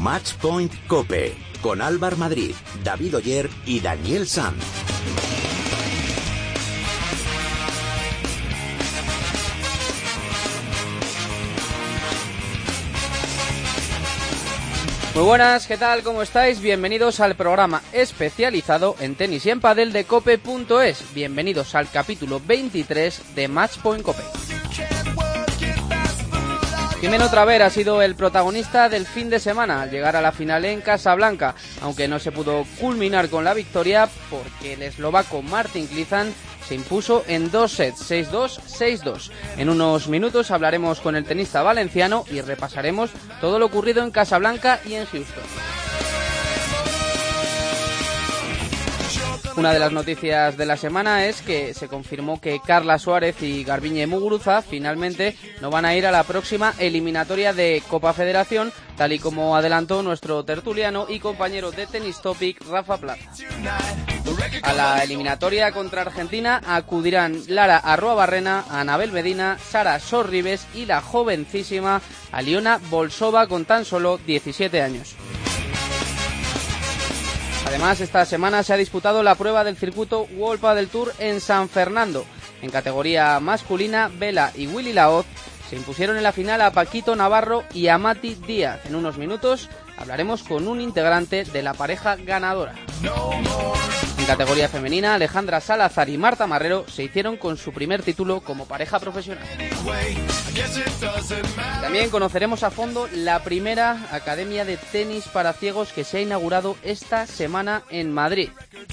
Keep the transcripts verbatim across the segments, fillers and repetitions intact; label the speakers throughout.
Speaker 1: Match Point COPE, con Álvaro Madrid, David Oyer y Daniel Sanz.
Speaker 2: Muy buenas, ¿qué tal? ¿Cómo estáis? Bienvenidos al programa especializado en tenis y en pádel de cope punto es. Bienvenidos al capítulo veintitrés de Match Point COPE. Jimeno Traver ha sido el protagonista del fin de semana al llegar a la final en Casablanca, aunque no se pudo culminar con la victoria porque el eslovaco Martin Klizan se impuso en dos sets, seis dos, seis dos. En unos minutos hablaremos con el tenista valenciano y repasaremos todo lo ocurrido en Casablanca y en Houston. Una de las noticias de la semana es que se confirmó que Carla Suárez y Garbiñe Muguruza finalmente no van a ir a la próxima eliminatoria de Copa Federación, tal y como adelantó nuestro tertuliano y compañero de Tennis Topic, Rafa Plaza. A la eliminatoria contra Argentina acudirán Lara Arruabarrena, Anabel Medina, Sara Sorribes y la jovencísima Aliona Bolsova con tan solo diecisiete años. Además, esta semana se ha disputado la prueba del circuito World Padel Tour en San Fernando. En categoría masculina, Vela y Willy Laoz se impusieron en la final a Paquito Navarro y a Mati Díaz. En unos minutos hablaremos con un integrante de la pareja ganadora. En categoría femenina, Alejandra Salazar y Marta Marrero se hicieron con su primer título como pareja profesional. También conoceremos a fondo la primera academia de tenis para ciegos que se ha inaugurado esta semana en Madrid.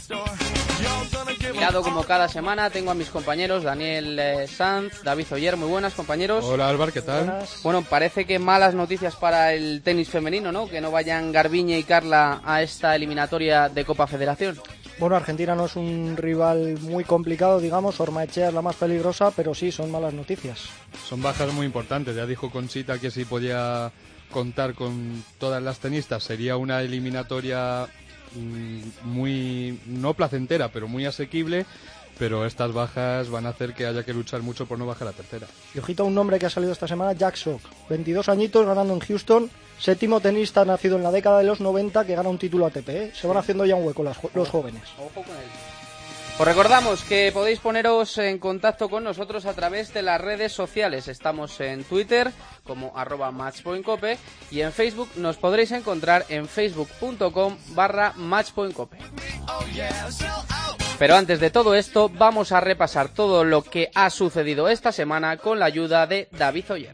Speaker 2: Mirado como cada semana, tengo a mis compañeros Daniel eh, Sanz, David Oyer. Muy buenas, compañeros.
Speaker 3: Hola, Álvaro, ¿qué tal?
Speaker 2: Buenas. Bueno, parece que malas noticias para el tenis femenino, ¿no? Que no vayan Garbiñe y Carla a esta eliminatoria de Copa Federación.
Speaker 4: Bueno, Argentina no es un rival muy complicado, digamos. Ormaechea es la más peligrosa, pero sí, son malas noticias.
Speaker 3: Son bajas muy importantes. Ya dijo Conchita que si podía contar con todas las tenistas sería una eliminatoria muy, no placentera, pero muy asequible, pero estas bajas van a hacer que haya que luchar mucho por no bajar a tercera.
Speaker 4: Y ojito a un nombre que ha salido esta semana, Jack Sock, veintidós añitos, ganando en Houston, séptimo tenista nacido en la década de los noventa que gana un título A T P, ¿eh? Se van haciendo ya un hueco las, los jóvenes.
Speaker 2: Ojo con él. Os recordamos que podéis poneros en contacto con nosotros a través de las redes sociales. Estamos en Twitter como arroba matchpointcope y en Facebook nos podréis encontrar en facebook.com barra matchpointcope. Pero antes de todo esto, vamos a repasar todo lo que ha sucedido esta semana con la ayuda de David Oyer.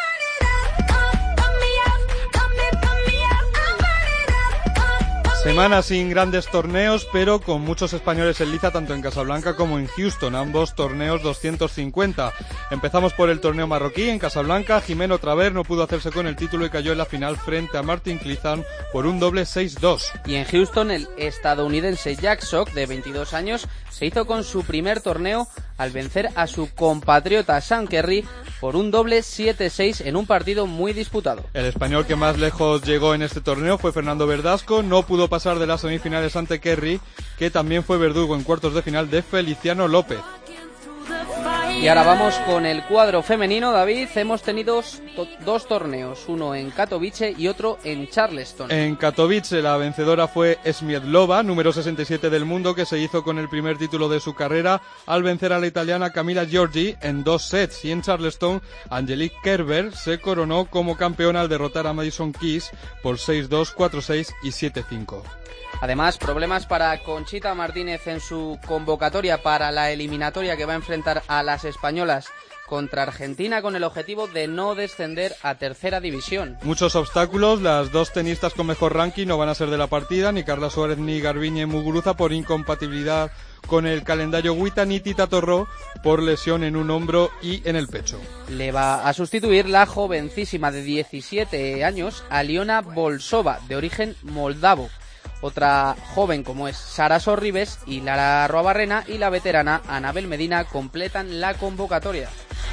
Speaker 3: Semana sin grandes torneos, pero con muchos españoles en liza tanto en Casablanca como en Houston, ambos torneos doscientos cincuenta. Empezamos por el torneo marroquí en Casablanca. Jimeno Traver no pudo hacerse con el título y cayó en la final frente a Martin Klizan por un doble seis dos.
Speaker 2: Y en Houston, el estadounidense Jack Sock, de veintidós años, se hizo con su primer torneo al vencer a su compatriota Sam Kerry por un doble siete seis en un partido muy disputado.
Speaker 3: El español que más lejos llegó en este torneo fue Fernando Verdasco. No pudo pasar de las semifinales ante Kerry, que también fue verdugo en cuartos de final de Feliciano López.
Speaker 2: Y ahora vamos con el cuadro femenino, David. Hemos tenido to- dos torneos, uno en Katowice y otro en Charleston.
Speaker 3: En Katowice la vencedora fue Smiedlova, número sesenta y siete del mundo, que se hizo con el primer título de su carrera al vencer a la italiana Camila Giorgi en dos sets. Y en Charleston, Angelique Kerber se coronó como campeona al derrotar a Madison Keys por seis dos, cuatro seis y siete cinco.
Speaker 2: Además, problemas para Conchita Martínez en su convocatoria para la eliminatoria que va a enfrentar a las españolas contra Argentina con el objetivo de no descender a tercera división.
Speaker 3: Muchos obstáculos, las dos tenistas con mejor ranking no van a ser de la partida, ni Carla Suárez ni Garbiñe Muguruza por incompatibilidad con el calendario Guita, ni Tita Torró por lesión en un hombro y en el pecho.
Speaker 2: Le va a sustituir la jovencísima de diecisiete años, Aliona Bolsova, de origen moldavo. Otra joven como es Sara Sorribes y Lara Arruabarrena y la veterana Anabel Medina completan la convocatoria.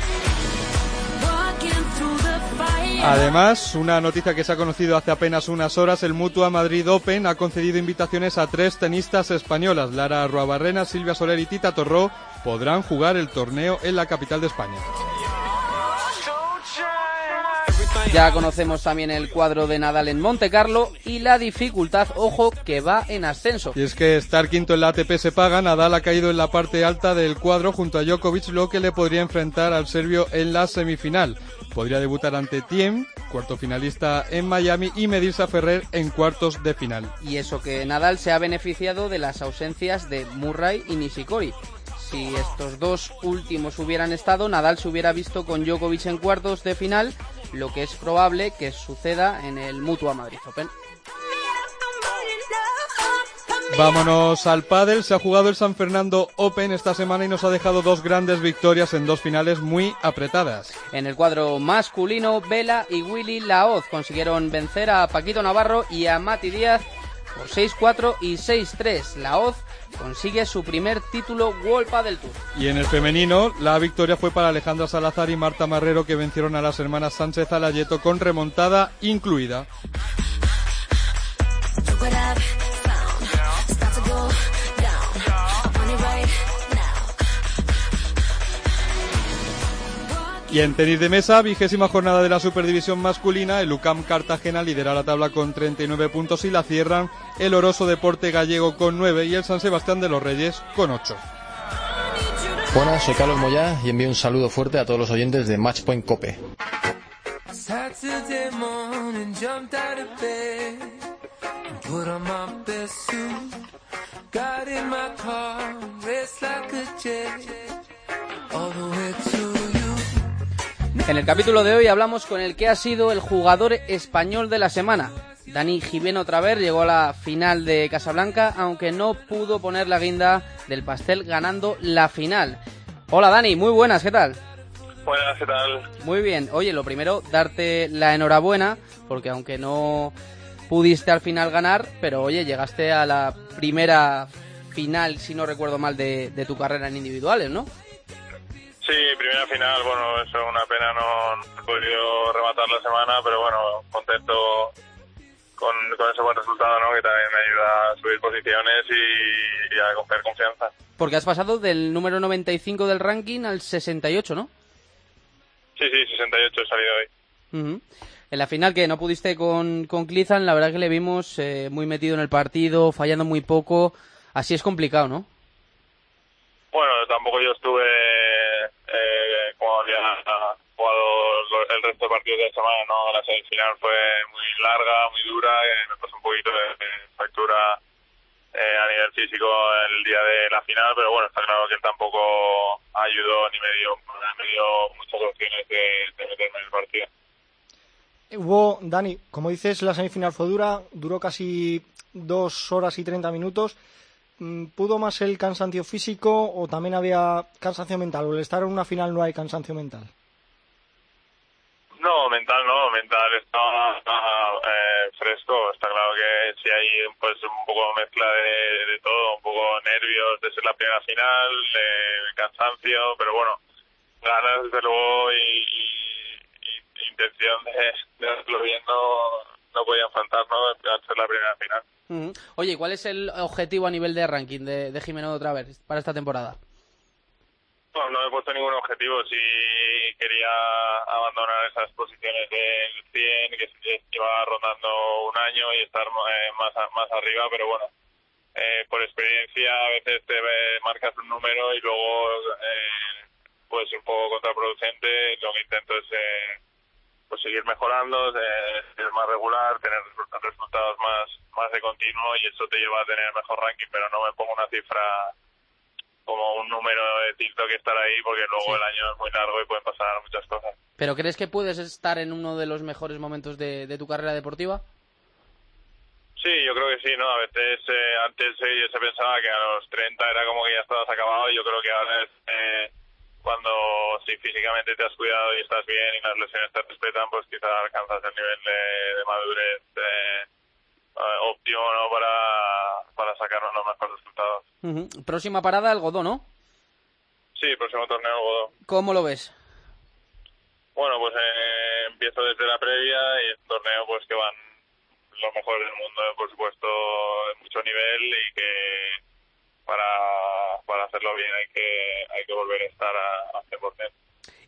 Speaker 3: Además, una noticia que se ha conocido hace apenas unas horas, el Mutua Madrid Open ha concedido invitaciones a tres tenistas españolas. Lara Arruabarrena, Silvia Soler y Tita Torró podrán jugar el torneo en la capital de España.
Speaker 2: Ya conocemos también el cuadro de Nadal en Montecarlo y la dificultad, ojo, que va en ascenso.
Speaker 3: Y es que estar quinto en la A T P se paga. Nadal ha caído en la parte alta del cuadro junto a Djokovic, lo que le podría enfrentar al serbio en la semifinal. Podría debutar ante Thiem, cuarto finalista en Miami, y medirse a Ferrer en cuartos de final.
Speaker 2: Y eso que Nadal se ha beneficiado de las ausencias de Murray y Nishikori. Si estos dos últimos hubieran estado, Nadal se hubiera visto con Djokovic en cuartos de final, lo que es probable que suceda en el Mutua Madrid Open.
Speaker 3: Vámonos al pádel. Se ha jugado el San Fernando Open esta semana y nos ha dejado dos grandes victorias en dos finales muy apretadas.
Speaker 2: En el cuadro masculino, Vela y Willy Laoz consiguieron vencer a Paquito Navarro y a Mati Díaz por seis cuatro y seis tres. Laoz consigue su primer título World Padel Tour.
Speaker 3: Y en el femenino, la victoria fue para Alejandra Salazar y Marta Marrero, que vencieron a las hermanas Sánchez Alayeto con remontada incluida. Y en tenis de mesa, vigésima jornada de la Superdivisión masculina, el U C A M Cartagena lidera la tabla con treinta y nueve puntos y la cierran el Oroso Deporte Gallego con nueve y el San Sebastián de los Reyes con ocho.
Speaker 5: Buenas, soy Carlos Moyá y envío un saludo fuerte a todos los oyentes de Matchpoint Cope.
Speaker 2: En el capítulo de hoy hablamos con el que ha sido el jugador español de la semana. Dani Gimeno Traver llegó a la final de Casablanca, aunque no pudo poner la guinda del pastel ganando la final. Hola Dani, muy buenas, ¿qué tal?
Speaker 6: Buenas, ¿qué tal?
Speaker 2: Muy bien. Oye, lo primero, darte la enhorabuena, porque aunque no pudiste al final ganar, pero oye, llegaste a la primera final, si no recuerdo mal, de, de tu carrera en individuales, ¿no?
Speaker 6: Sí, primera final, bueno, eso es una pena, no, no he podido rematar la semana, pero bueno, contento con, con ese buen resultado, ¿no? Que también me ayuda a subir posiciones y, y a coger confianza.
Speaker 2: Porque has pasado del número noventa y cinco del ranking al sesenta y ocho, ¿no?
Speaker 6: Sí, sí, sesenta y ocho he salido hoy.
Speaker 2: Uh-huh. En la final que no pudiste con, con Clizan, la verdad que le vimos eh, muy metido en el partido, fallando muy poco, así es complicado, ¿no?
Speaker 6: Bueno, tampoco yo estuve eh, como había jugado el resto de partidos de la semana, ¿no? La semifinal fue muy larga, muy dura, eh, me pasó un poquito de, de factura eh, a nivel físico el día de la final, pero bueno, está claro que él tampoco ayudó ni me dio, me dio muchas opciones de, de meterme en el partido.
Speaker 4: Hubo, Dani, como dices, la semifinal fue dura, duró casi dos horas y treinta minutos. ¿Pudo más el cansancio físico o también había cansancio mental? ¿O al estar en una final no hay cansancio mental?
Speaker 6: No, mental no, mental estaba, estaba eh, fresco. Está claro que sí hay pues un poco mezcla de, de todo, un poco nervios de ser la primera final, eh, cansancio, pero bueno, ganas desde luego y, y, y intención de, de hacerlo bien no, no podían faltar, ¿no? Al ser la primera final.
Speaker 2: Uh-huh. Oye, ¿cuál es el objetivo a nivel de ranking de, de Gimeno Traver para esta temporada?
Speaker 6: No, no me he puesto ningún objetivo. Si quería abandonar esas posiciones del cien, que llevaba rondando un año y estar eh, más más arriba, pero bueno, eh, por experiencia a veces te marcas un número y luego eh, puede ser un poco contraproducente. Lo que intento es eh, pues seguir mejorando, eh, ser más regular, tener resultados más más de continuo y eso te lleva a tener mejor ranking, pero no me pongo una cifra como un número de TikTok que estar ahí, porque luego sí, el año es muy largo y pueden pasar muchas cosas.
Speaker 2: ¿Pero crees que puedes estar en uno de los mejores momentos de, de tu carrera deportiva?
Speaker 6: Sí, yo creo que sí, ¿no? A veces eh, antes eh, se pensaba que a los treinta era como que ya estabas acabado y yo creo que ahora es eh, cuando si físicamente te has cuidado y estás bien y las lesiones te respetan, pues quizás alcanzas el nivel de, de madurez eh, óptimo, ¿no? Para, para sacarnos los mejores resultados.
Speaker 2: Uh-huh. Próxima parada, el Godó, ¿no?
Speaker 6: Sí, próximo torneo el Godó.
Speaker 2: ¿Cómo lo ves?
Speaker 6: Bueno, pues eh, empiezo desde la previa y el torneo pues que van los mejores del mundo, por supuesto, de mucho nivel y que para, para hacerlo bien hay que hay que volver a estar a, a cien por ciento.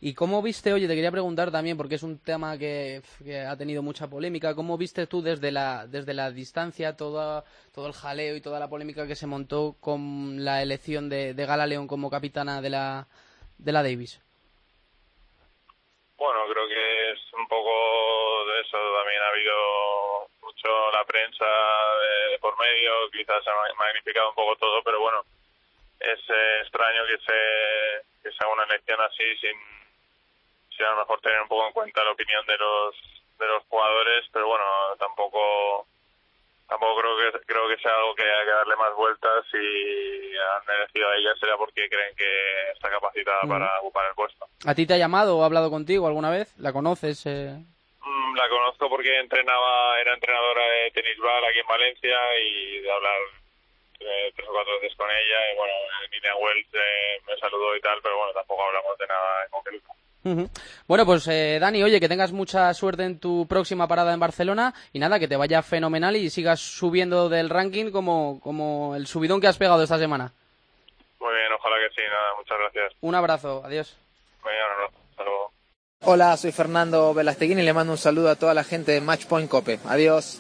Speaker 2: ¿Y cómo viste, oye, te quería preguntar también, porque es un tema que, que ha tenido mucha polémica, ¿cómo viste tú desde la desde la distancia toda, todo el jaleo y toda la polémica que se montó con la elección de, de Gala León como capitana de la, de la Davis?
Speaker 6: Bueno, creo que es un poco de eso. También ha habido mucho la prensa de, de por medio, quizás se ha magnificado un poco todo, pero bueno, es eh, extraño que se que se haga una elección así sin, sin a lo mejor tener un poco en cuenta la opinión de los de los jugadores, pero bueno, tampoco tampoco creo que creo que sea algo que haya que darle más vueltas. Si han elegido a ella será porque creen que está capacitada mm. para ocupar el puesto.
Speaker 2: ¿A ti te ha llamado o ha hablado contigo alguna vez? ¿La conoces? Eh...
Speaker 6: Mm, la conozco porque entrenaba era entrenadora de tenis ball aquí en Valencia, y de hablar eh, tres o cuatro veces con ella, y bueno, Nina Wells eh, me saludó y tal, pero bueno, tampoco hablamos de nada en concreto.
Speaker 2: Uh-huh. Bueno, pues eh, Dani, oye, que tengas mucha suerte en tu próxima parada en Barcelona, y nada, que te vaya fenomenal y sigas subiendo del ranking como, como el subidón que has pegado esta semana.
Speaker 6: Muy bien, ojalá que sí, nada, muchas gracias.
Speaker 2: Un abrazo, adiós.
Speaker 6: Mañana, no, hasta luego.
Speaker 7: Hola, soy Fernando Velasteguín y le mando un saludo a toda la gente de Matchpoint Cope. Adiós.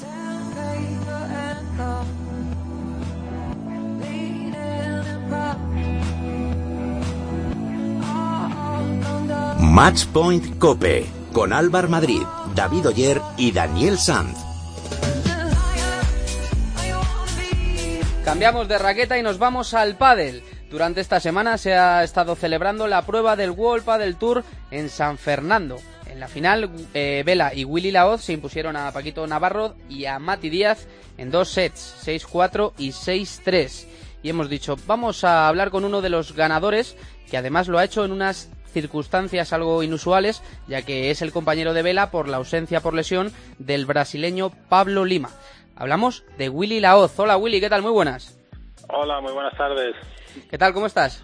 Speaker 1: Matchpoint Cope, con Álvar Madrid, David Oyer y Daniel Sanz.
Speaker 2: Cambiamos de raqueta y nos vamos al pádel. Durante esta semana se ha estado celebrando la prueba del World Padel Tour en San Fernando. En la final, eh, Vela y Willy Laoz se impusieron a Paquito Navarro y a Mati Díaz en dos sets, seis cuatro y seis tres. Y hemos dicho, vamos a hablar con uno de los ganadores, que además lo ha hecho en unas circunstancias algo inusuales, ya que es el compañero de Vela por la ausencia por lesión del brasileño Pablo Lima. Hablamos de Willy Laoz. Hola Willy, ¿qué tal? Muy buenas.
Speaker 8: Hola, muy buenas tardes.
Speaker 2: ¿Qué tal? ¿Cómo estás?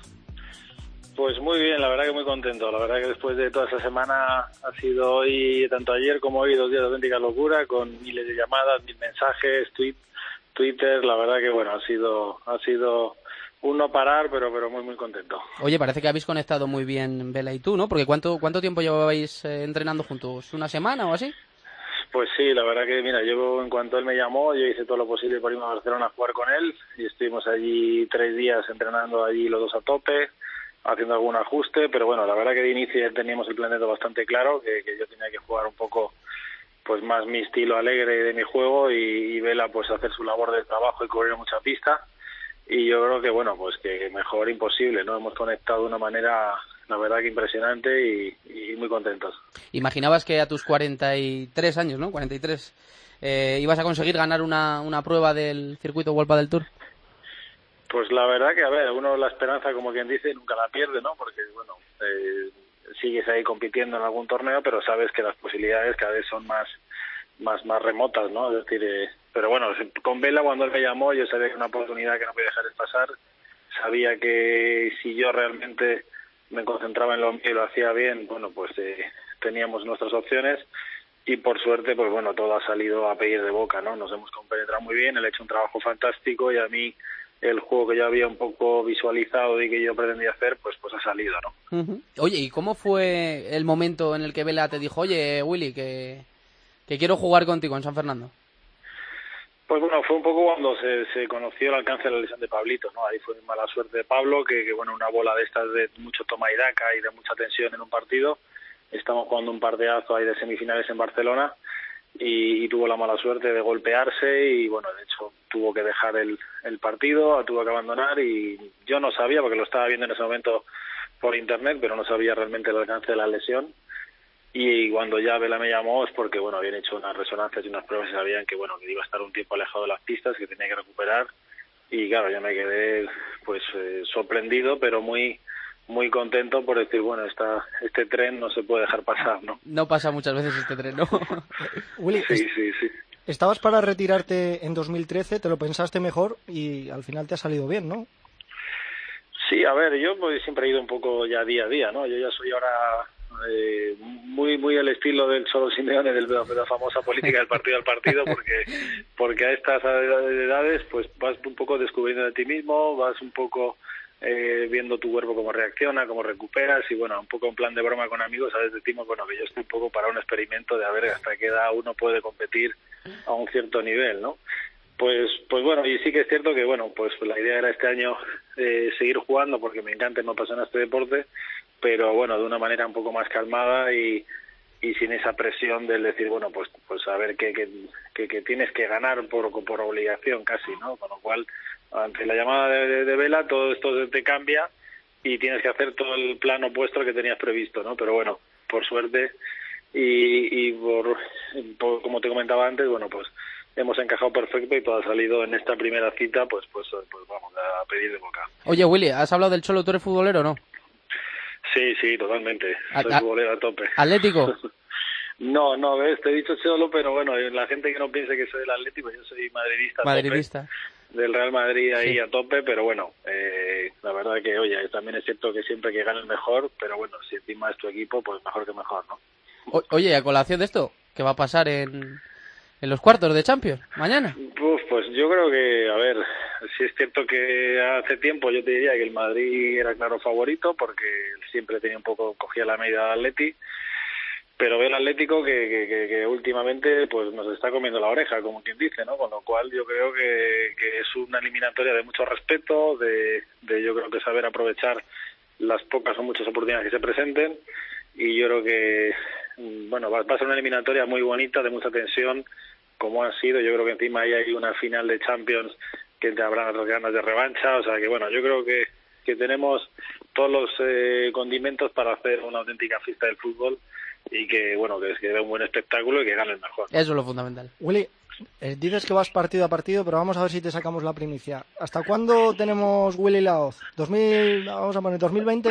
Speaker 8: Pues muy bien, la verdad que muy contento. La verdad que después de toda esa semana ha sido hoy, tanto ayer como hoy, dos días de auténtica locura, con miles de llamadas, mil mensajes, tweet, Twitter. La verdad que bueno, ha sido ha sido un no parar, pero pero muy muy contento.
Speaker 2: Oye, parece que habéis conectado muy bien Vela y tú, ¿no? Porque ¿cuánto cuánto tiempo llevabais eh, entrenando juntos? ¿Una semana o así?
Speaker 8: Pues sí, la verdad que, mira, yo en cuanto él me llamó, yo hice todo lo posible por irme a Barcelona a jugar con él, y estuvimos allí tres días entrenando allí los dos a tope, haciendo algún ajuste, pero bueno, la verdad que de inicio ya teníamos el planteamiento bastante claro, que, que yo tenía que jugar un poco pues más mi estilo alegre de mi juego, y, y Vela pues hacer su labor de trabajo y cubrir mucha pista, y yo creo que bueno, pues que mejor imposible, ¿no? Hemos conectado de una manera, la verdad que impresionante, y, y muy contentos.
Speaker 2: ¿Imaginabas que a tus cuarenta y tres años, ¿no? cuarenta y tres, eh, ibas a conseguir ganar una, una prueba del circuito World Padel Tour?
Speaker 8: Pues la verdad que, a ver, uno la esperanza, como quien dice, nunca la pierde, ¿no? Porque, bueno, eh, sigues ahí compitiendo en algún torneo, pero sabes que las posibilidades cada vez son más más más remotas, ¿no? Es decir, eh, pero bueno, con Vela, cuando él me llamó, yo sabía que era una oportunidad que no podía dejar de pasar. Sabía que si yo realmente me concentraba en lo mío y lo hacía bien, bueno, pues eh, teníamos nuestras opciones, y por suerte, pues bueno, todo ha salido a pedir de boca, ¿no? Nos hemos compenetrado muy bien, él ha hecho un trabajo fantástico, y a mí el juego que yo había un poco visualizado y que yo pretendía hacer, pues pues ha salido, ¿no?
Speaker 2: Uh-huh. Oye, ¿y cómo fue el momento en el que Vela te dijo, oye, Willy, que, que quiero jugar contigo en San Fernando?
Speaker 8: Pues bueno, fue un poco cuando se, se conoció el alcance de la lesión de Pablito, ¿no? Ahí fue mala suerte de Pablo, que, que bueno, una bola de estas de mucho toma y daca y de mucha tensión en un partido. Estamos jugando un partidazo ahí de semifinales en Barcelona, y, y tuvo la mala suerte de golpearse, y bueno, de hecho tuvo que dejar el, el partido, tuvo que abandonar, y yo no sabía, porque lo estaba viendo en ese momento por internet, pero no sabía realmente el alcance de la lesión. Y cuando ya Vela me llamó es porque bueno, habían hecho unas resonancias y unas pruebas y sabían que bueno, que iba a estar un tiempo alejado de las pistas, que tenía que recuperar, y claro, yo me quedé pues eh, sorprendido, pero muy muy contento por decir, bueno, esta, este tren no se puede dejar pasar, ¿no?
Speaker 2: No pasa muchas veces este tren, ¿no?
Speaker 4: Willy,
Speaker 8: sí, sí, sí.
Speaker 4: Estabas para retirarte en dos mil trece, te lo pensaste mejor y al final te ha salido bien, ¿no?
Speaker 8: Sí, a ver, yo pues, siempre he ido un poco ya día a día, ¿no? Yo ya soy ahora eh, muy muy al estilo del Cholo Simeone, de la famosa política del partido al partido, porque porque a estas edades pues vas un poco descubriendo de ti mismo, vas un poco eh, viendo tu cuerpo cómo reacciona, cómo recuperas, y bueno, un poco en plan de broma con amigos, a veces decimos, bueno, que yo estoy un poco para un experimento de a ver hasta qué edad uno puede competir a un cierto nivel, ¿no? Pues pues bueno, y sí que es cierto que, bueno, pues la idea era este año eh, seguir jugando, porque me encanta y me apasiona este deporte, pero bueno, de una manera un poco más calmada y y sin esa presión del decir, bueno, pues pues a ver que, que, que, que tienes que ganar por, por obligación casi, ¿no? Con lo cual, ante la llamada de, de, de Vela, todo esto te cambia y tienes que hacer todo el plan opuesto al que tenías previsto, ¿no? Pero bueno, por suerte y, y por, por como te comentaba antes, bueno, pues hemos encajado perfecto y todo ha salido en esta primera cita, pues pues pues vamos a pedir de boca.
Speaker 2: Oye, Willy, ¿has hablado del Cholo? ¿Tú eres futbolero o no?
Speaker 8: Sí, sí, totalmente. Soy
Speaker 2: A,
Speaker 8: futbolero a tope.
Speaker 2: ¿Atlético?
Speaker 8: No, no, ves, te he dicho Cholo, pero bueno, la gente que no piense que soy del Atlético, yo soy madridista.
Speaker 2: Madridista.
Speaker 8: A tope, del Real Madrid ahí
Speaker 2: Sí.
Speaker 8: a tope, pero bueno, eh, la verdad que, oye, también es cierto que siempre que gane el mejor, pero bueno, si encima es tu equipo, pues mejor que mejor, ¿no?
Speaker 2: O, oye, a colación de esto, ¿qué va a pasar en, en los cuartos de Champions mañana?
Speaker 8: Uf, pues yo creo que, a ver, sí es cierto que hace tiempo yo te diría que el Madrid era claro favorito, porque siempre tenía un poco, cogía la medida del Atleti, pero veo el Atlético que, que, que, que últimamente pues nos está comiendo la oreja, como quien dice, ¿no? Con lo cual yo creo que, que es una eliminatoria de mucho respeto, de, de yo creo que saber aprovechar las pocas o muchas oportunidades que se presenten, y yo creo que, bueno, va, va a ser una eliminatoria muy bonita, de mucha tensión, como han sido. Yo creo que encima ahí hay una final de Champions que te habrá las ganas de revancha, o sea que bueno, yo creo que, que tenemos todos los eh, condimentos para hacer una auténtica fiesta del fútbol, y que bueno, que, que dé un buen espectáculo y que gane el mejor.
Speaker 2: Eso es lo fundamental.
Speaker 4: Willy, eh, dices que vas partido a partido, pero vamos a ver si te sacamos la primicia. ¿Hasta cuándo tenemos Willy Laoz? ¿dos mil, vamos a poner dos mil veinte?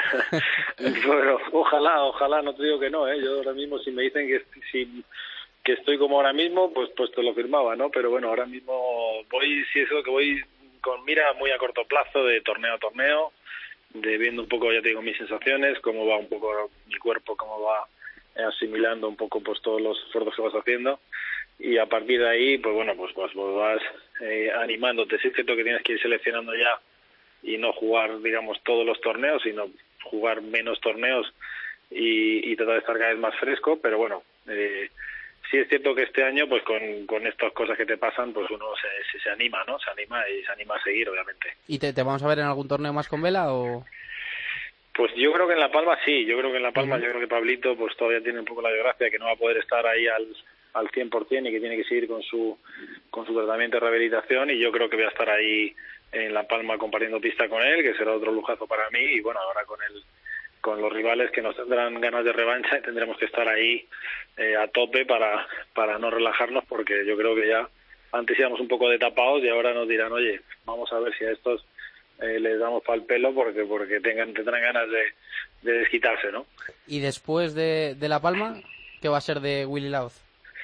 Speaker 8: Bueno, ojalá, ojalá, no te digo que no, ¿eh? Yo ahora mismo, si me dicen que si, que estoy como ahora mismo, pues pues te lo firmaba, ¿no? Pero bueno, ahora mismo voy, si eso que voy con mira muy a corto plazo, de torneo a torneo, de viendo un poco, ya te digo, mis sensaciones, cómo va un poco mi cuerpo, cómo va asimilando un poco pues todos los esfuerzos que vas haciendo, y a partir de ahí pues bueno, pues, pues, pues vas eh, animándote. Sí es cierto que tienes que ir seleccionando ya y no jugar, digamos, todos los torneos, sino jugar menos torneos y, y tratar de estar cada vez más fresco, pero bueno, eh, sí es cierto que este año pues con, con estas cosas que te pasan, pues uno se, se, se anima, ¿no? Se anima y se anima a seguir, obviamente.
Speaker 2: ¿Y te, te vamos a ver en algún torneo más con Vela o...?
Speaker 8: Pues yo creo que en La Palma sí, yo creo que en La Palma, uh-huh. yo creo que Pablito pues todavía tiene un poco la desgracia que no va a poder estar ahí al al cien por ciento y que tiene que seguir con su con su tratamiento de rehabilitación, y yo creo que voy a estar ahí en La Palma compartiendo pista con él, que será otro lujazo para mí, y bueno, ahora con el con los rivales que nos tendrán ganas de revancha y tendremos que estar ahí eh, a tope para para no relajarnos, porque yo creo que ya antes íbamos un poco de tapados y ahora nos dirán, oye, vamos a ver si a estos Eh, les damos pa'l pelo porque porque tengan tendrán ganas de, de desquitarse, ¿no?
Speaker 2: ¿Y después de, de La Palma, qué va a ser de Willy Laoz?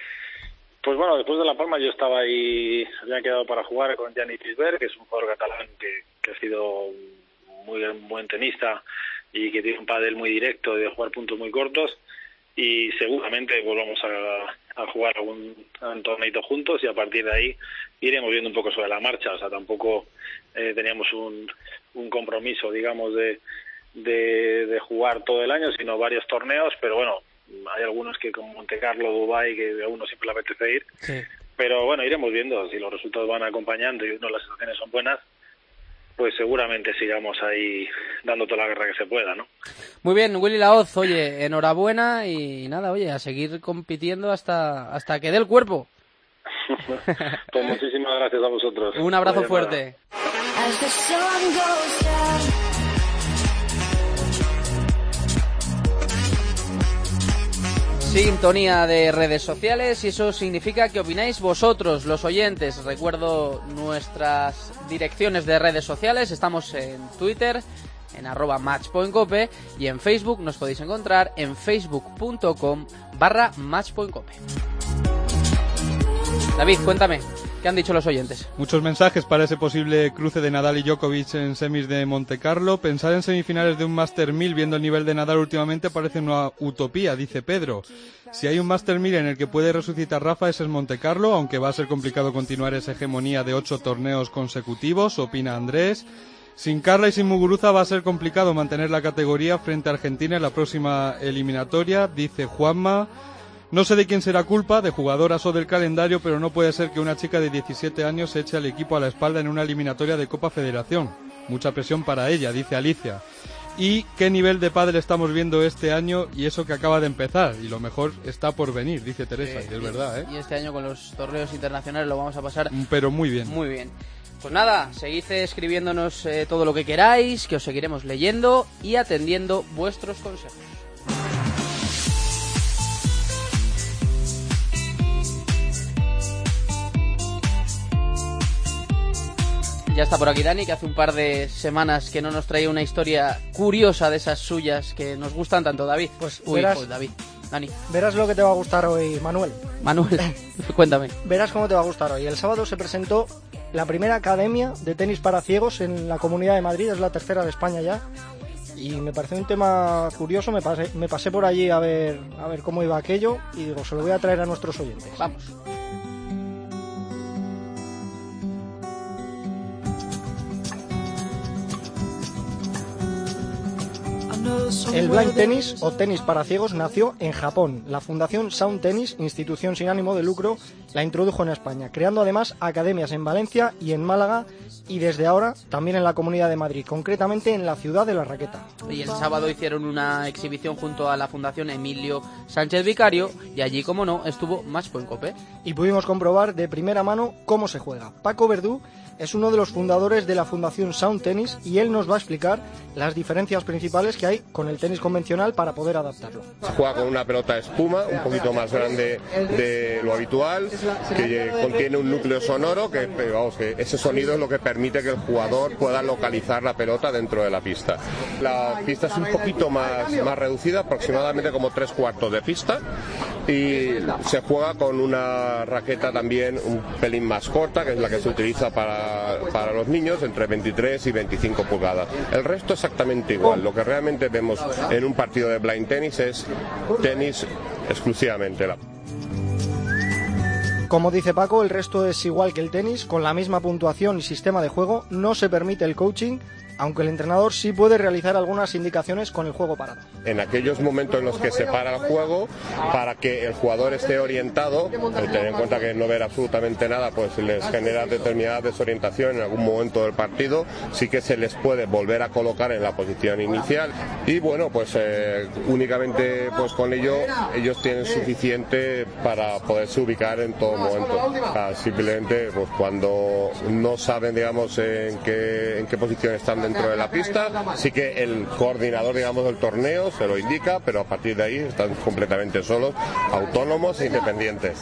Speaker 8: Pues bueno, después de La Palma yo estaba ahí, había quedado para jugar con Gianni Fisberg, que es un jugador catalán que, que ha sido muy buen tenista y que tiene un pádel muy directo de jugar puntos muy cortos, y seguramente volvamos a, a jugar algún un torneito juntos, y a partir de ahí iremos viendo un poco sobre la marcha. O sea, tampoco eh, teníamos un, un compromiso, digamos, de, de, de jugar todo el año, sino varios torneos, pero bueno, hay algunos que como Monte Carlo, Dubái, que a uno siempre le apetece ir,
Speaker 2: sí.
Speaker 8: Pero bueno, iremos viendo, si los resultados van acompañando y uno las sensaciones son buenas, pues seguramente sigamos ahí dando toda la guerra que se pueda, ¿no?
Speaker 2: Muy bien, Willy Laoz, oye, enhorabuena y nada, oye, a seguir compitiendo hasta hasta que dé el cuerpo.
Speaker 8: Pues muchísimas gracias a vosotros.
Speaker 2: Un abrazo fuerte. Sintonía de redes sociales, y eso significa que opináis vosotros, los oyentes. Recuerdo nuestras direcciones de redes sociales. Estamos en Twitter, en arroba matchpointcope, y en Facebook nos podéis encontrar en facebook.com barra matchpointcope. David, cuéntame, ¿qué han dicho los oyentes?
Speaker 3: Muchos mensajes para ese posible cruce de Nadal y Djokovic en semis de Monte Carlo. Pensar en semifinales de un Master mil viendo el nivel de Nadal últimamente parece una utopía, dice Pedro. Si hay un Master mil en el que puede resucitar Rafa, ese es Monte Carlo, aunque va a ser complicado continuar esa hegemonía de ocho torneos consecutivos, opina Andrés. Sin Carla y sin Muguruza va a ser complicado mantener la categoría frente a Argentina en la próxima eliminatoria, dice Juanma. No sé de quién será culpa, de jugadoras o del calendario, pero no puede ser que una chica de diecisiete años se eche al equipo a la espalda en una eliminatoria de Copa Federación. Mucha presión para ella, dice Alicia. Y qué nivel de pádel estamos viendo este año y eso que acaba de empezar. Y lo mejor está por venir, dice Teresa,
Speaker 2: sí,
Speaker 3: y es
Speaker 2: y,
Speaker 3: verdad, ¿eh?
Speaker 2: Y este año con los torneos internacionales lo vamos a pasar...
Speaker 3: Pero muy bien.
Speaker 2: Muy bien. Pues nada, seguid escribiéndonos eh, todo lo que queráis, que os seguiremos leyendo y atendiendo vuestros consejos. Ya está por aquí Dani, que hace un par de semanas que no nos traía una historia curiosa de esas suyas que nos gustan tanto, David.
Speaker 4: Pues
Speaker 2: Uy,
Speaker 4: verás,
Speaker 2: pues David, Dani.
Speaker 4: Verás lo que te va a gustar hoy, Manuel.
Speaker 2: Manuel, cuéntame.
Speaker 4: Verás cómo te va a gustar hoy. El sábado se presentó la primera academia de tenis para ciegos en la Comunidad de Madrid, es la tercera de España ya. Y me pareció un tema curioso, me pasé, me pasé por allí a ver, a ver cómo iba aquello y digo, se lo voy a traer a nuestros oyentes.
Speaker 2: Vamos.
Speaker 4: El blind tennis o tenis para ciegos nació en Japón. La Fundación Sound Tennis, institución sin ánimo de lucro, la introdujo en España, creando además academias en Valencia y en Málaga y desde ahora también en la Comunidad de Madrid, concretamente en la ciudad de La Raqueta.
Speaker 2: Y el sábado hicieron una exhibición junto a la Fundación Emilio Sánchez Vicario y allí, como no, estuvo Matchpoint Cope.
Speaker 4: Y pudimos comprobar de primera mano cómo se juega. Paco Verdú es uno de los fundadores de la Fundación Sound Tennis y él nos va a explicar las diferencias principales que hay con el tenis convencional para poder adaptarlo.
Speaker 9: Se juega con una pelota de espuma, un poquito más grande de lo habitual, que contiene un núcleo sonoro, que, vamos, que ese sonido es lo que permite que el jugador pueda localizar la pelota dentro de la pista. La pista es un poquito más, más reducida, aproximadamente como tres cuartos de pista, y se juega con una raqueta también un pelín más corta, que es la que se utiliza para, para los niños, entre veintitrés y veinticinco pulgadas. El resto exactamente igual. Lo que realmente vemos en un partido de blind tenis es tenis exclusivamente.
Speaker 4: Como dice Paco, el resto es igual que el tenis, con la misma puntuación y sistema de juego. No se permite el coaching, aunque el entrenador sí puede realizar algunas indicaciones con el juego parado.
Speaker 9: En aquellos momentos en los que se para el juego, para que el jugador esté orientado, tener en cuenta que no ver absolutamente nada pues les genera determinada desorientación en algún momento del partido, sí que se les puede volver a colocar en la posición inicial y bueno, pues eh, únicamente pues con ello ellos tienen suficiente para poderse ubicar en todo momento. O sea, simplemente pues cuando no saben, digamos, en qué, en qué posición están dentro de la pista, sí que el coordinador, digamos, del torneo se lo indica, pero a partir de ahí están completamente solos, autónomos e independientes.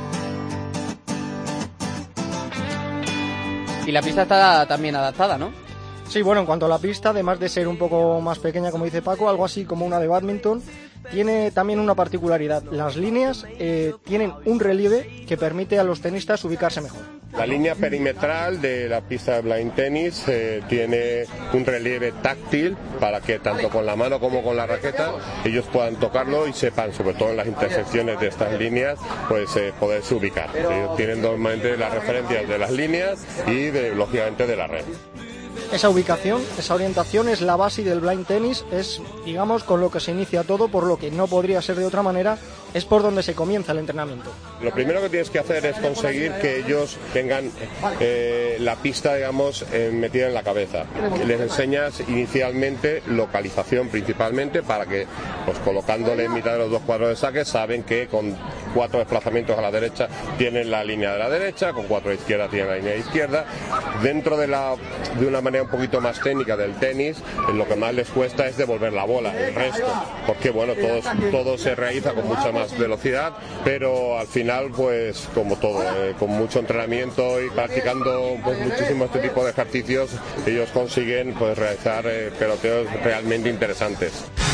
Speaker 2: Y la pista está también adaptada, ¿no?
Speaker 4: Sí, bueno, en cuanto a la pista, además de ser un poco más pequeña, como dice Paco, algo así como una de bádminton, tiene también una particularidad. Las líneas eh, tienen un relieve que permite a los tenistas ubicarse mejor.
Speaker 9: La línea perimetral de la pista de blind tenis eh, tiene un relieve táctil para que tanto con la mano como con la raqueta ellos puedan tocarlo y sepan, sobre todo en las intersecciones de estas líneas, pues eh, poderse ubicar. Ellos tienen normalmente las referencias de las líneas y de, lógicamente de la red.
Speaker 4: Esa ubicación, esa orientación es la base del blind tenis, es, digamos, con lo que se inicia todo, por lo que no podría ser de otra manera, es por donde se comienza el entrenamiento.
Speaker 9: Lo primero que tienes que hacer es conseguir que ellos tengan eh, la pista, digamos, eh, metida en la cabeza. Les enseñas inicialmente localización principalmente para que, pues colocándole en mitad de los dos cuadros de saque, saben que con cuatro desplazamientos a la derecha tienen la línea de la derecha, con cuatro a la izquierda tienen la línea de izquierda. Dentro de, la, de una manera un poquito más técnica del tenis, lo que más les cuesta es devolver la bola, el resto, porque bueno, todo, todo se realiza con mucha más velocidad, pero al final pues como todo, eh, con mucho entrenamiento y practicando pues muchísimo este tipo de ejercicios, ellos consiguen pues realizar eh, peloteos realmente interesantes.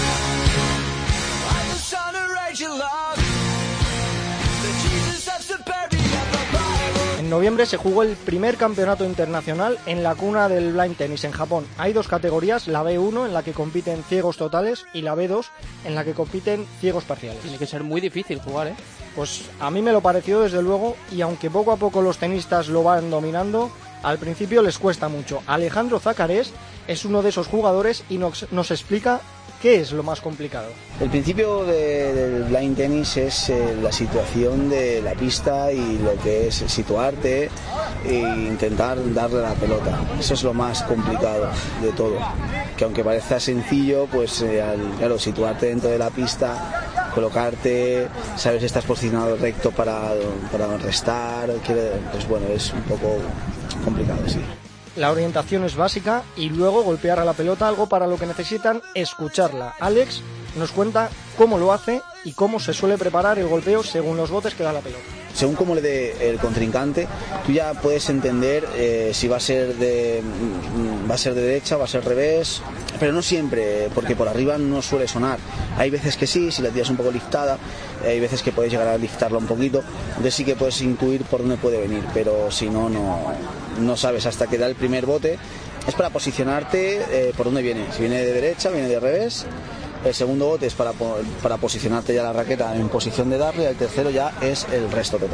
Speaker 4: En noviembre se jugó el primer campeonato internacional en la cuna del blind tennis en Japón. Hay dos categorías, la B uno en la que compiten ciegos totales y la B dos en la que compiten ciegos parciales.
Speaker 2: Tiene que ser muy difícil jugar, ¿eh?
Speaker 4: Pues a mí me lo pareció desde luego, y aunque poco a poco los tenistas lo van dominando, Al principio les cuesta mucho. Alejandro Zacarés es uno de esos jugadores y nos, nos explica qué es lo más complicado.
Speaker 10: El principio de, del blind tennis es eh, la situación de la pista y lo que es situarte e intentar darle la pelota. Eso es lo más complicado de todo. Que aunque parezca sencillo, pues eh, al, claro, situarte dentro de la pista, colocarte, saber si estás posicionado recto para, para restar, que, pues bueno, es un poco complicado, sí.
Speaker 4: La orientación es básica y luego golpear a la pelota, algo para lo que necesitan escucharla. Alex nos cuenta cómo lo hace y cómo se suele preparar el golpeo según los botes que da la pelota.
Speaker 10: Según cómo le dé el contrincante, tú ya puedes entender eh, si va a ser de va a ser de derecha, va a ser revés, pero no siempre, porque por arriba no suele sonar. Hay veces que sí, si la tiras un poco liftada, hay veces que puedes llegar a liftarla un poquito, entonces sí que puedes intuir por dónde puede venir, pero si no, no, no sabes hasta que da el primer bote. Es para posicionarte eh, por dónde viene, si viene de derecha, viene de revés. El segundo bote es para, para posicionarte ya la raqueta en posición de darle, el tercero ya es el resto total.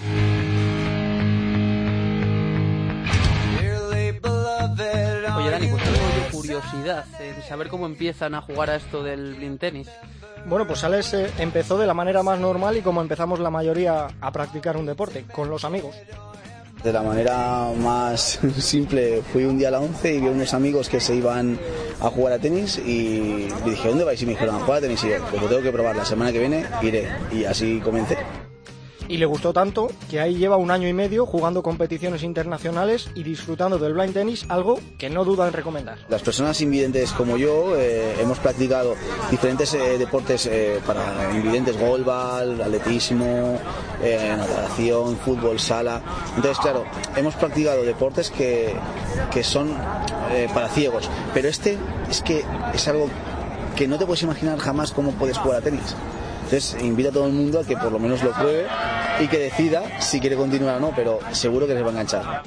Speaker 2: Oye, Dani, pues tengo yo curiosidad en saber cómo empiezan a jugar a esto del blind tenis.
Speaker 4: Bueno, pues Alex eh, empezó de la manera más normal y como empezamos la mayoría a practicar un deporte, con los amigos.
Speaker 10: De la manera más simple, fui un día a la once y vi a unos amigos que se iban a jugar a tenis y dije, ¿dónde vais? Y me dijeron, a jugar a tenis. Y yo, pues lo tengo que probar, la semana que viene iré. Y así comencé.
Speaker 4: Y le gustó tanto que ahí lleva un año y medio jugando competiciones internacionales y disfrutando del blind tennis, algo que no duda en recomendar.
Speaker 10: Las personas invidentes como yo eh, hemos practicado diferentes eh, deportes eh, para invidentes, golbal, atletismo, eh, natación, fútbol, sala. Entonces, claro, hemos practicado deportes que, que son eh, para ciegos, pero este es que es algo que no te puedes imaginar jamás cómo puedes jugar a tenis. Entonces invita a todo el mundo a que por lo menos lo pruebe y que decida si quiere continuar o no, pero seguro que les va a enganchar.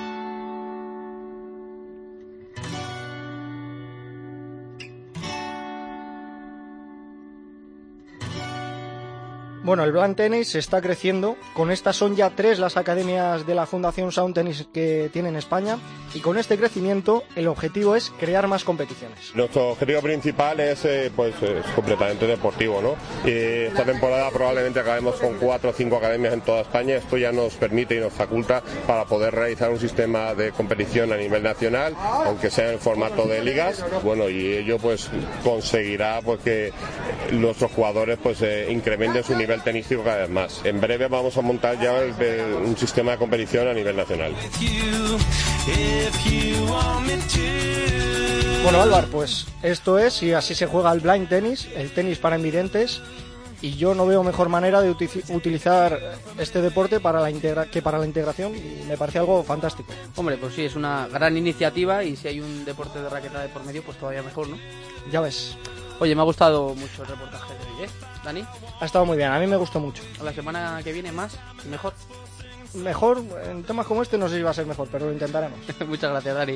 Speaker 4: Bueno, el blind tennis está creciendo. Con estas son ya tres las academias de la Fundación Sound Tennis que tiene en España. Y con este crecimiento, el objetivo es crear más competiciones.
Speaker 9: Nuestro objetivo principal es, eh, pues, es completamente deportivo, ¿no? Y esta temporada probablemente acabemos con cuatro o cinco academias en toda España. Esto ya nos permite y nos faculta para poder realizar un sistema de competición a nivel nacional, aunque sea en formato de ligas. Bueno, y ello pues conseguirá pues que nuestros jugadores pues eh, incrementen su nivel tenístico cada vez más. En breve vamos a montar ya el, el, un sistema de competición a nivel nacional.
Speaker 4: Bueno, Álvaro, pues esto es, y así se juega el blind tenis, el tenis para invidentes, y yo no veo mejor manera de uti- utilizar este deporte para la integra- que para la integración, y me parece algo fantástico.
Speaker 2: Hombre, pues sí, es una gran iniciativa y si hay un deporte de raqueta de por medio, pues todavía mejor, ¿no?
Speaker 4: Ya ves.
Speaker 2: Oye, me ha gustado mucho el reportaje de hoy, ¿eh? Dani.
Speaker 4: Ha estado muy bien, a mí me gustó mucho.
Speaker 2: La semana que viene más y mejor.
Speaker 4: Mejor, en temas como este no sé si va a ser mejor, pero lo intentaremos.
Speaker 2: Muchas gracias, Dani.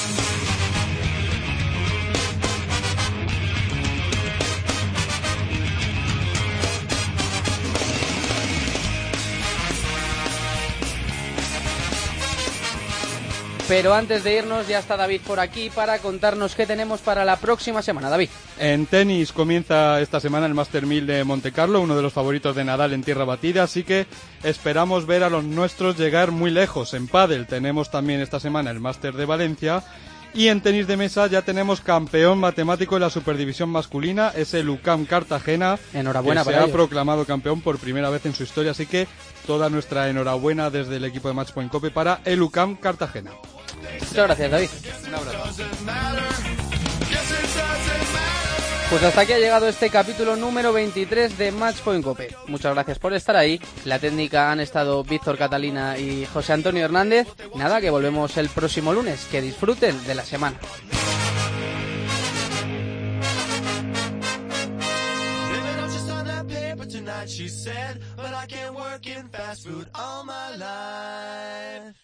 Speaker 2: Pero antes de irnos ya está David por aquí para contarnos qué tenemos para la próxima semana. David.
Speaker 3: En tenis comienza esta semana el Master mil de Montecarlo, uno de los favoritos de Nadal en tierra batida, así que esperamos ver a los nuestros llegar muy lejos. En pádel tenemos también esta semana el Master de Valencia y en tenis de mesa ya tenemos campeón matemático en la superdivisión masculina, es el U C A M Cartagena.
Speaker 2: Enhorabuena
Speaker 3: que
Speaker 2: para
Speaker 3: se ha
Speaker 2: ellos.
Speaker 3: proclamado campeón por primera vez en su historia, así que toda nuestra enhorabuena desde el equipo de Matchpoint Cope para el U C A M Cartagena.
Speaker 2: Muchas gracias, David.
Speaker 3: Un abrazo.
Speaker 2: Pues hasta aquí ha llegado este capítulo número veintitrés de Matchpoint Cope. Muchas gracias por estar ahí. La técnica han estado Víctor Catalina y José Antonio Hernández. Nada, que volvemos el próximo lunes. Que disfruten de la semana.
Speaker 11: She said, but I can't work in fast food all my life.